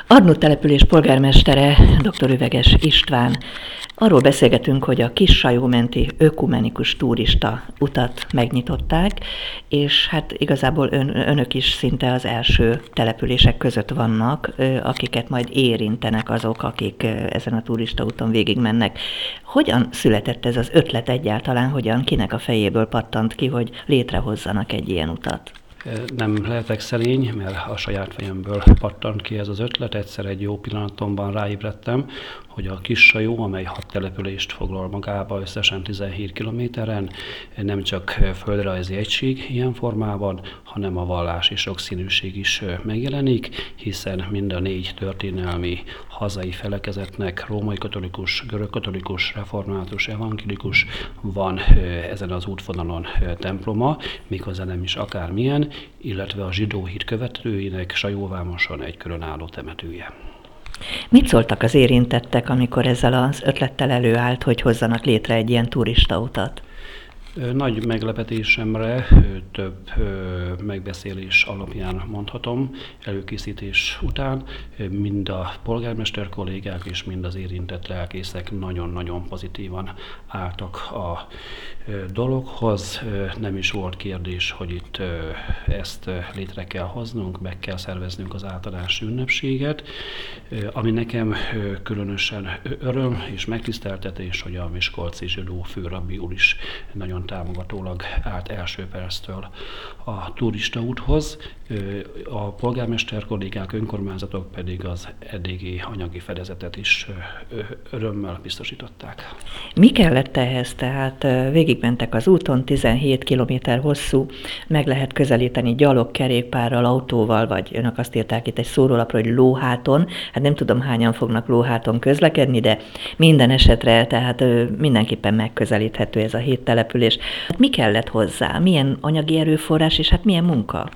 Arnút település polgármestere, dr. Üveges István. Arról beszélgetünk, hogy a Kis-Sajó-menti ökumenikus turista utat megnyitották, és hát igazából önök is szinte az első települések között vannak, akiket majd érintenek azok, akik ezen a turista úton végigmennek. Hogyan született ez az ötlet egyáltalán, kinek a fejéből pattant ki, hogy létrehozzanak egy ilyen utat? Nem lehetek szerény, mert a saját fejemből pattant ki ez az ötlet. Egyszer egy jó pillanatomban ráébredtem, hogy a Kis-Sajó, amely 6 települést foglal magába, összesen 17 kilométeren, nem csak földrajzi egység ilyen formában, hanem a vallási sokszínűség is megjelenik, hiszen mind a 4 történelmi hazai felekezetnek, római katolikus, görög katolikus, református, evangélikus van ezen az útvonalon temploma, méghozzá nem is akármilyen, illetve a zsidó hit követőinek Sajóvámoson egy különálló temetője. Mit szóltak az érintettek, amikor ezzel az ötlettel előállt, hogy hozzanak létre egy ilyen turistautat? Nagy meglepetésemre több megbeszélés alapján mondhatom, előkészítés után mind a polgármester kollégák és mind az érintett lelkészek nagyon-nagyon pozitívan álltak a dologhoz. Nem is volt kérdés, hogy itt ezt létre kell hoznunk, meg kell szerveznünk az átadási ünnepséget. Ami nekem különösen öröm és megtiszteltetés, hogy a miskolci zsidó főrabbi úr is nagyon támogatólag állt első perctől a turistaúthoz. A polgármester kollégák, önkormányzatok pedig az eddigi anyagi fedezetet is örömmel biztosították. Mi kellett ehhez? Tehát végigmentek az úton, 17 kilométer hosszú, meg lehet közelíteni gyalog, kerékpárral, autóval, vagy önök azt írták itt egy szórólapra, hogy lóháton. Hát nem tudom, hányan fognak lóháton közlekedni, de minden esetre, tehát mindenképpen megközelíthető ez a 7 település. Mi kellett hozzá? Milyen anyagi erőforrás, és hát milyen munka?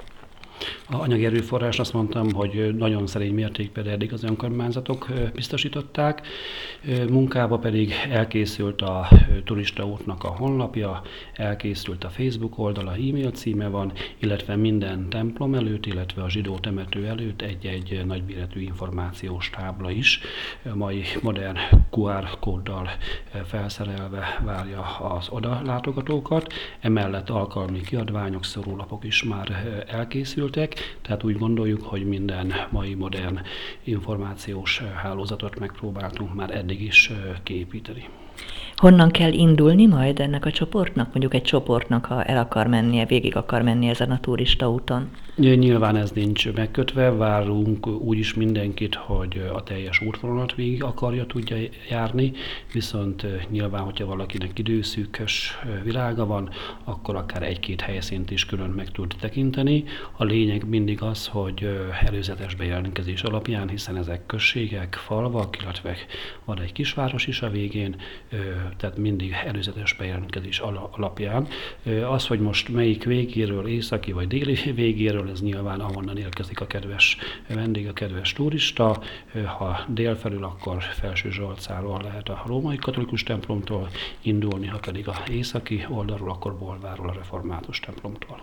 A anyagi erőforrás, azt mondtam, hogy nagyon szerény mértékben eddig az önkormányzatok biztosították. Munkába pedig elkészült a turistaútnak a honlapja, elkészült a Facebook oldala, e-mail címe van, illetve minden templom előtt, illetve a zsidó temető előtt egy nagyméretű információs tábla is, mai modern QR kóddal felszerelve várja az oda látogatókat. Emellett alkalmi kiadványok, szórólapok is már elkészültek, tehát úgy gondoljuk, hogy minden mai modern információs hálózatot megpróbáltunk már eddig is kiépíteni. Honnan kell indulni majd ennek a csoportnak? Mondjuk egy csoportnak, ha el akar mennie, végig akar menni ezen a turistaúton? Nyilván ez nincs megkötve, várunk úgyis mindenkit, hogy a teljes útvonalat végig tudja járni, viszont nyilván, hogyha valakinek időszűkös világa van, akkor akár 1-2 helyszínt is külön meg tud tekinteni. A lényeg mindig az, hogy előzetes bejelentkezés alapján, hiszen ezek községek, falvak, illetve van egy kisváros is a végén, tehát mindig előzetes bejelentkezés alapján. Az, hogy most melyik végéről, északi vagy déli végéről, ez nyilván ahonnan érkezik a kedves vendég, a kedves turista. Ha dél felül, akkor Felsőzsolcáról lehet a római katolikus templomtól indulni, ha pedig a északi oldalról, akkor Bolváról, a református templomtól.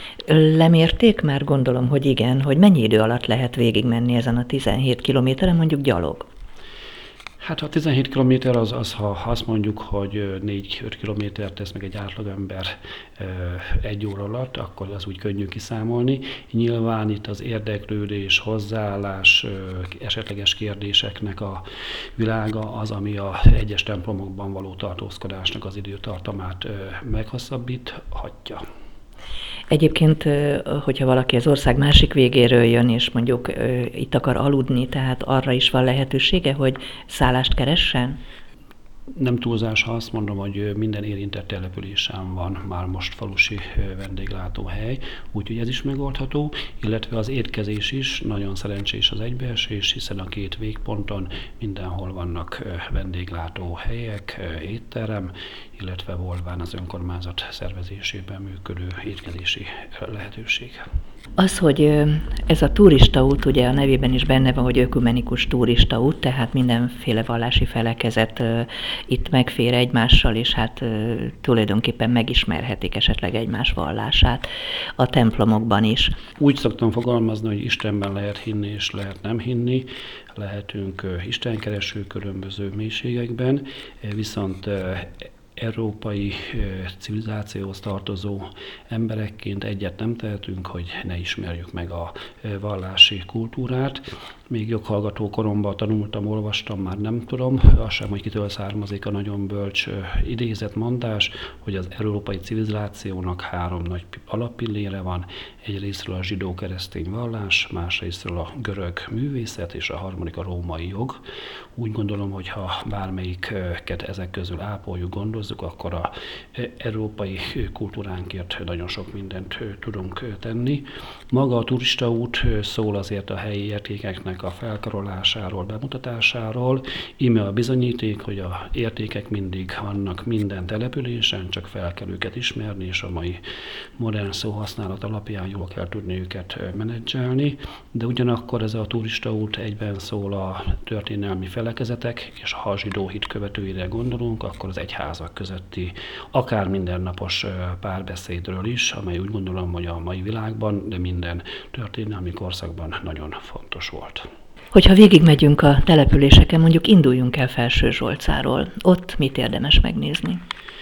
Lemérték már, gondolom, hogy igen, hogy mennyi idő alatt lehet végigmenni ezen a 17 kilométeren, mondjuk gyalog? Hát a 17 kilométer az, ha azt mondjuk, hogy 4-5 kilométert tesz meg egy átlagember 1 óra alatt, akkor az úgy könnyű kiszámolni. Nyilván itt az érdeklődés, hozzáállás, esetleges kérdéseknek a világa az, ami a egyes templomokban való tartózkodásnak az időtartamát meghosszabbíthatja. Egyébként, hogyha valaki az ország másik végéről jön, és mondjuk itt akar aludni, tehát arra is van lehetősége, hogy szállást keressen? Nem túlzás, ha azt mondom, hogy minden érintett településen van már most falusi vendéglátóhely, úgyhogy ez is megoldható, illetve az étkezés is nagyon szerencsés az egybeesés, hiszen a 2 végponton mindenhol vannak vendéglátóhelyek, étterem, illetve volván az önkormányzat szervezésében működő étkezési lehetőség. Az, hogy ez a turistaút, ugye a nevében is benne van, hogy ökumenikus turistaút, tehát mindenféle vallási felekezet itt megfér egymással, és hát tulajdonképpen megismerhetik esetleg egymás vallását a templomokban is. Úgy szoktam fogalmazni, hogy Istenben lehet hinni és lehet nem hinni, lehetünk istenkereső különböző mélységekben, viszont európai civilizációhoz tartozó emberekként egyet nem tehetünk, hogy ne ismerjük meg a vallási kultúrát. Még joghallgató koromban tanultam, olvastam, már nem tudom, azt sem, hogy kitől származik a nagyon bölcs idézett mondás, hogy az európai civilizációnak 3 nagy alappillére van, egyrésztről a zsidó-keresztény vallás, másrésztről a görög művészet, és a harmadik a római jog. Úgy gondolom, hogy ha bármelyiket ezek közül ápoljuk, gondozzuk, akkor az európai kultúránkért nagyon sok mindent tudunk tenni. Maga a turistaút szól azért a helyi értékeknek a felkarolásáról, bemutatásáról. Íme a bizonyíték, hogy az értékek mindig vannak minden településen, csak fel kell őket ismerni, és a mai modern szóhasználat alapján jól kell tudni őket menedzselni. De ugyanakkor ez a turistaút egyben szól a történelmi felekezetek, és ha a zsidó hit követőire gondolunk, akkor az egyházak közötti akár mindennapos párbeszédről is, amely úgy gondolom, hogy a mai világban, de minden történelmi korszakban nagyon fontos volt. Hogyha végigmegyünk a településeken, mondjuk induljunk el Felsőzsolcáról, ott mit érdemes megnézni?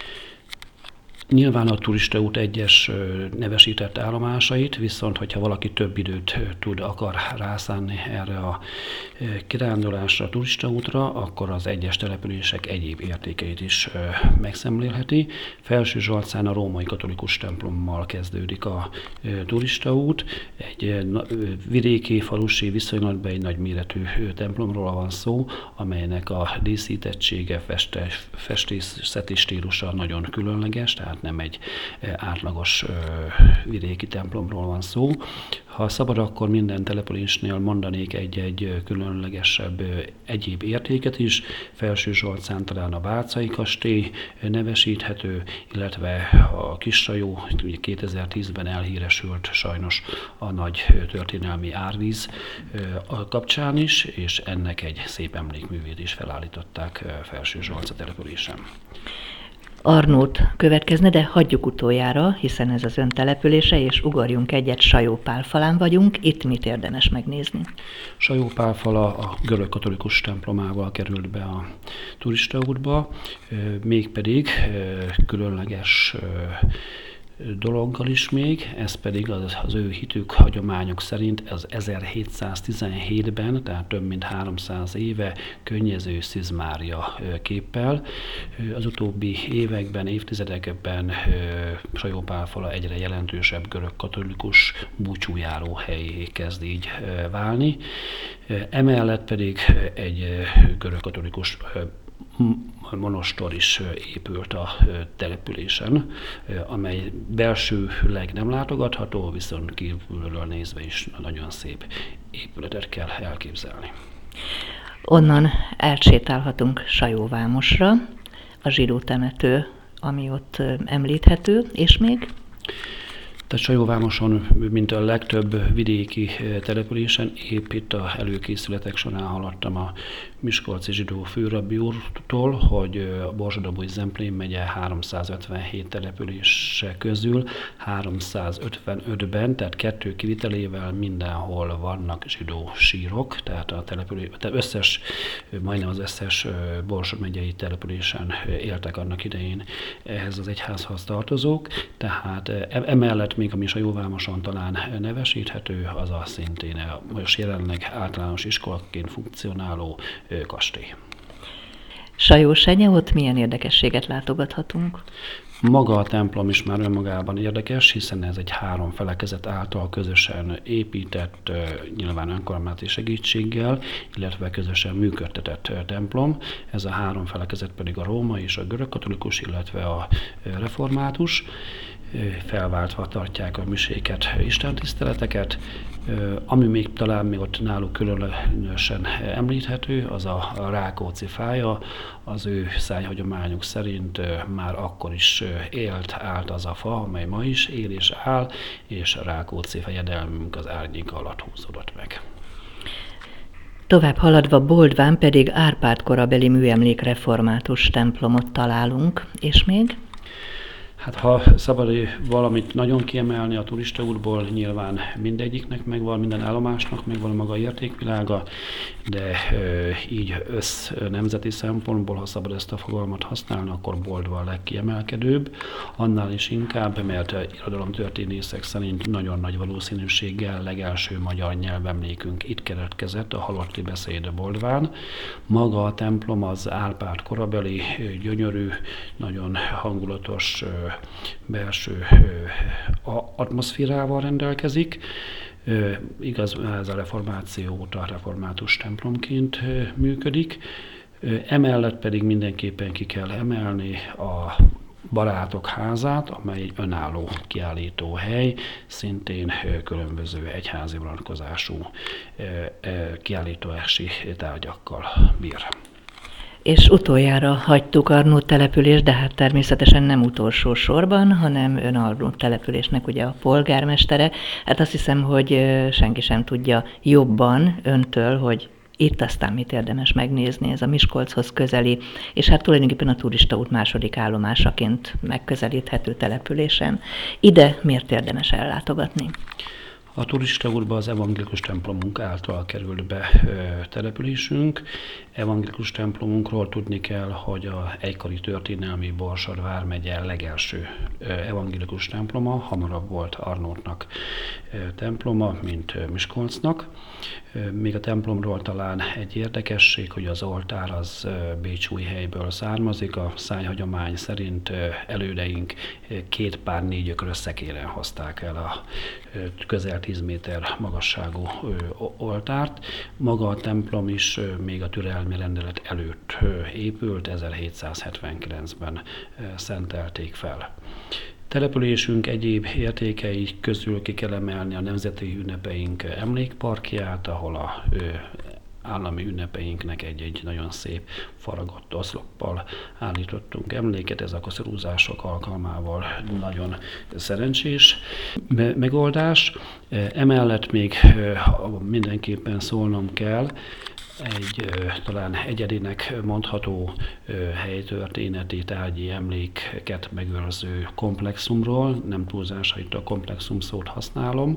Nyilván a turistaút egyes nevesített állomásait, viszont hogyha valaki több időt akar rászánni erre a kirándulásra, a turistaútra, akkor az egyes települések egyéb értékeit is megszemlélheti. Felsőzsolcán a római katolikus templommal kezdődik a turistaút. Egy vidéki, falusi viszonylatban egy nagyméretű templomról van szó, amelynek a díszítettsége, festészeti stílusa nagyon különleges, tehát nem egy átlagos vidéki templomról van szó. Ha szabad, akkor minden településnél mondanék egy különlegesebb egyéb értéket is. Felsőzsolcán talán a Bácai kastély nevesíthető, illetve a Kissajó, 2010-ben elhíresült sajnos a nagy történelmi árvíz kapcsán is, és ennek egy szép emlékművét is felállították Felsőzsolca településen. Arnót következne, de hagyjuk utoljára, hiszen ez az ön települése, és ugorjunk egyet, Sajó-Pálfalán vagyunk. Itt mit érdemes megnézni? Sajó-Pálfala a görög katolikus templomával került be a turistaútba, mégpedig különleges dologgal is még, ez pedig az ő hitük, hagyományok szerint az 1717-ben, tehát több mint 300 éve könnyező szizmária képpel. Az utóbbi években, évtizedekben Sajó-Pálfala egyre jelentősebb görög katolikus búcsújáró helyé kezd így válni. Emellett pedig egy görög katolikus monostor is épült a településen, amely belsőleg nem látogatható, viszont kívülről nézve is nagyon szép épületet kell elképzelni. Onnan elsétálhatunk Sajóvámosra, a zsidó temető, ami ott említhető, és még? Tehát Sajóvámoson, mint a legtöbb vidéki településen, épp itt a előkészületek során hallottam a miskolci zsidó főrabbi úrtól, hogy a Borsod-Abaúj-Zemplén megye 357 települése közül 355-ben, tehát 2 kivitelével mindenhol vannak zsidó sírok, tehát majdnem az összes Borsod megyei településen éltek annak idején ehhez az egyházhoz tartozók, tehát emellett még ami Sajóvámoson talán nevesíthető, az a szintén most jelenleg általános iskolaként funkcionáló kastély. Sajósenye, ott milyen érdekességet látogathatunk? Maga a templom is már önmagában érdekes, hiszen ez egy 3 felekezet által közösen épített, nyilván önkormányzati segítséggel, illetve közösen működtetett templom. Ez a 3 felekezet pedig a római és a görög katolikus, illetve a református. felváltva tartják a miséket, istentiszteleteket. Ami még talán még ott náluk különösen említhető, az a Rákóczi fája. Az ő szájhagyományuk szerint már akkor is állt az a fa, amely ma is él és áll, és a Rákóczi fejedelmünk az árnyéka alatt húzódott meg. Tovább haladva Boldván pedig Árpád korabeli műemlék református templomot találunk, és még? Hát ha szabad valamit nagyon kiemelni a turistaútból, nyilván mindegyiknek megvan, minden állomásnak megvan a maga értékvilága, de így nemzeti szempontból, ha szabad ezt a fogalmat használni, akkor Boldva a legkiemelkedőbb. Annál is inkább, mert irodalomtörténészek szerint nagyon nagy valószínűséggel legelső magyar nyelvemlékünk itt keletkezett, a halotti beszéd Boldván. Maga a templom az Árpád korabeli, gyönyörű, nagyon hangulatos belső atmoszférával rendelkezik. Igaz, ez a reformáció óta református templomként működik. Emellett pedig mindenképpen ki kell emelni a Barátok házát, amely egy önálló kiállítóhely, szintén különböző egyházi vonatkozású kiállítási tárgyakkal bír. És utoljára hagytuk Arnót települést, de hát természetesen nem utolsó sorban, hanem ön Arnót településnek ugye a polgármestere. Hát azt hiszem, hogy senki sem tudja jobban öntől, hogy itt aztán mit érdemes megnézni, ez a Miskolchoz közeli, és hát tulajdonképpen a turistaút második állomásaként megközelíthető településen. Ide miért érdemes ellátogatni? A turistaútba az evangélikus templomunk által került be településünk. Evangélikus templomunkról tudni kell, hogy a egykori történelmi Borsod vármegye legelső evangélikus temploma, hamarabb volt Arnótnak temploma, mint Miskolcnak. Még a templomról talán egy érdekesség, hogy az oltár az Bécsújhelyből származik. A szájhagyomány szerint elődeink 2 pár 4 ökrös szekéren hozták el a közel 10 méter magasságú oltárt. Maga a templom is még a türelmi rendelet előtt épült, 1779-ben szentelték fel. Településünk egyéb értékei közül ki kell emelni a nemzeti ünnepeink emlékparkját, ahol a állami ünnepeinknek egy nagyon szép faragott oszloppal állítottunk emléket. Ez a koszorúzások alkalmával nagyon szerencsés megoldás. Emellett még mindenképpen szólnom kell egy talán egyedinek mondható helytörténeti tárgyi emléket megőrző komplexumról, nem túlzás, ha itt a komplexum szót használom.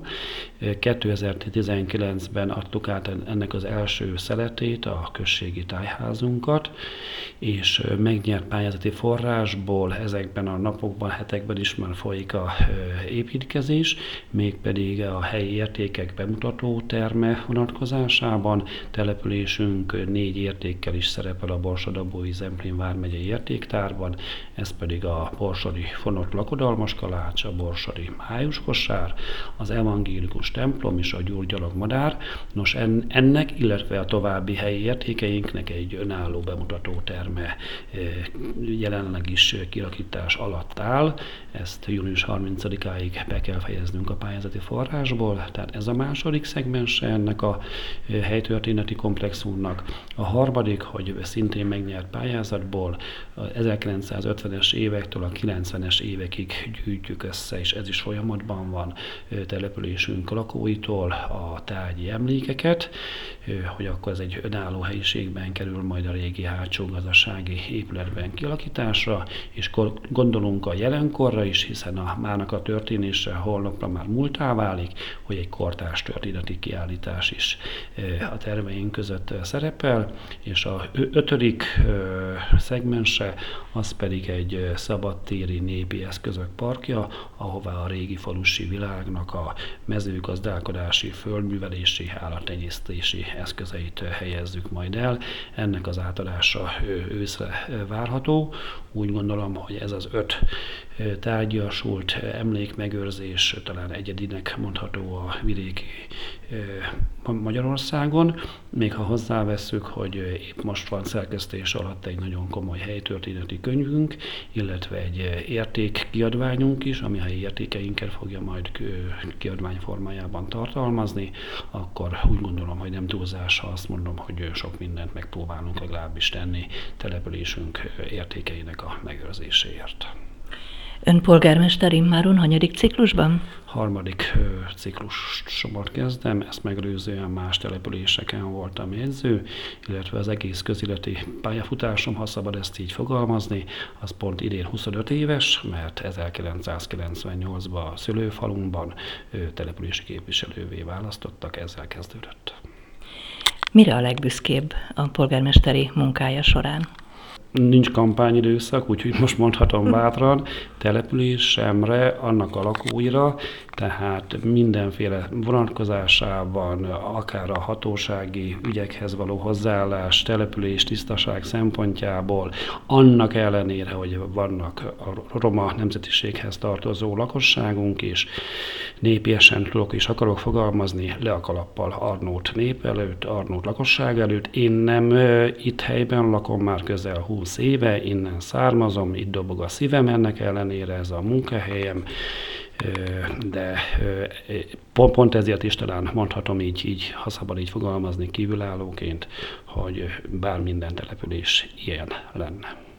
2019-ben adtuk át ennek az első szeletét, a községi tájházunkat, és megnyert pályázati forrásból ezekben a napokban, hetekben is már folyik a építkezés, mégpedig a helyi értékek bemutató terme vonatkozásában. Településünk 4 értékkel is szerepel a Borsod-Abaúj-Zemplén vármegyei értéktárban, ez pedig a borsodi fonott lakodalmas kalács, a borsodi májuskosár, az evangélikus templom és a gyurgyalogmadár. Nos, ennek, illetve a további helyi értékeinknek egy önálló bemutató terme jelenleg is kialakítás alatt áll. Ezt június 30-áig be kell fejeznünk a pályázati forrásból, tehát ez a második szegmense ennek a helytörténeti komplexumnak. A harmadik, hogy szintén megnyert pályázatból a 1950-es évektől a 90-es évekig gyűjtjük össze, és ez is folyamatban van, településünk lakóitól a tárgyi emlékeket, hogy akkor ez egy önálló helyiségben kerül majd a régi hátsó gazdasági épületben kialakításra, és gondolunk a jelenkorra is, hiszen a mának a történése holnapra már múltá válik, hogy egy kortárs történeti kiállítás is a terveink között szerepel, és a 5. szegmense az pedig egy szabadtéri népi eszközök parkja, ahová a régi falusi világnak a mezőgazdálkodási, földművelési, állattenyésztési eszközeit helyezzük majd el. Ennek az átadása őszre várható. Úgy gondolom, hogy ez az 5 tárgyasult emlékmegőrzés talán egyedinek mondható a vidéki Magyarországon, még ha hozzávesszük, hogy épp most van szerkesztés alatt egy nagyon komoly helytörténeti könyvünk, illetve egy értékkiadványunk is, ami a helyi értékeinket fogja majd kiadvány formájában tartalmazni, akkor úgy gondolom, hogy nem túlzás, ha azt mondom, hogy sok mindent megpróbálunk legalábbis tenni településünk értékeinek a megőrzéséért. Ön polgármester immáron hanyadik ciklusban? Harmadik ciklusomat kezdem, ezt megelőzően más településeken voltam jegyző, illetve az egész közéleti pályafutásom, ha szabad ezt így fogalmazni, az pont idén 25 éves, mert 1998-ban a szülőfalunkban települési képviselővé választottak, ezzel kezdődött. Mire a legbüszkébb a polgármesteri munkája során? Nincs kampányidőszak, úgyhogy most mondhatom bátran, településemre, annak a lakóira, tehát mindenféle vonatkozásában, akár a hatósági ügyekhez való hozzáállás, település, tisztaság szempontjából, annak ellenére, hogy vannak a roma nemzetiséghez tartozó lakosságunk is, népiesen tudok és akarok fogalmazni, le a kalappal Arnót nép előtt, Arnót lakosság előtt. Én nem itt helyben lakom már közel 20 éve, innen származom, itt dobog a szívem, ennek ellenére ez a munkahelyem, de pont ezért is talán mondhatom így, ha szabad így fogalmazni kívülállóként, hogy bár minden település ilyen lenne.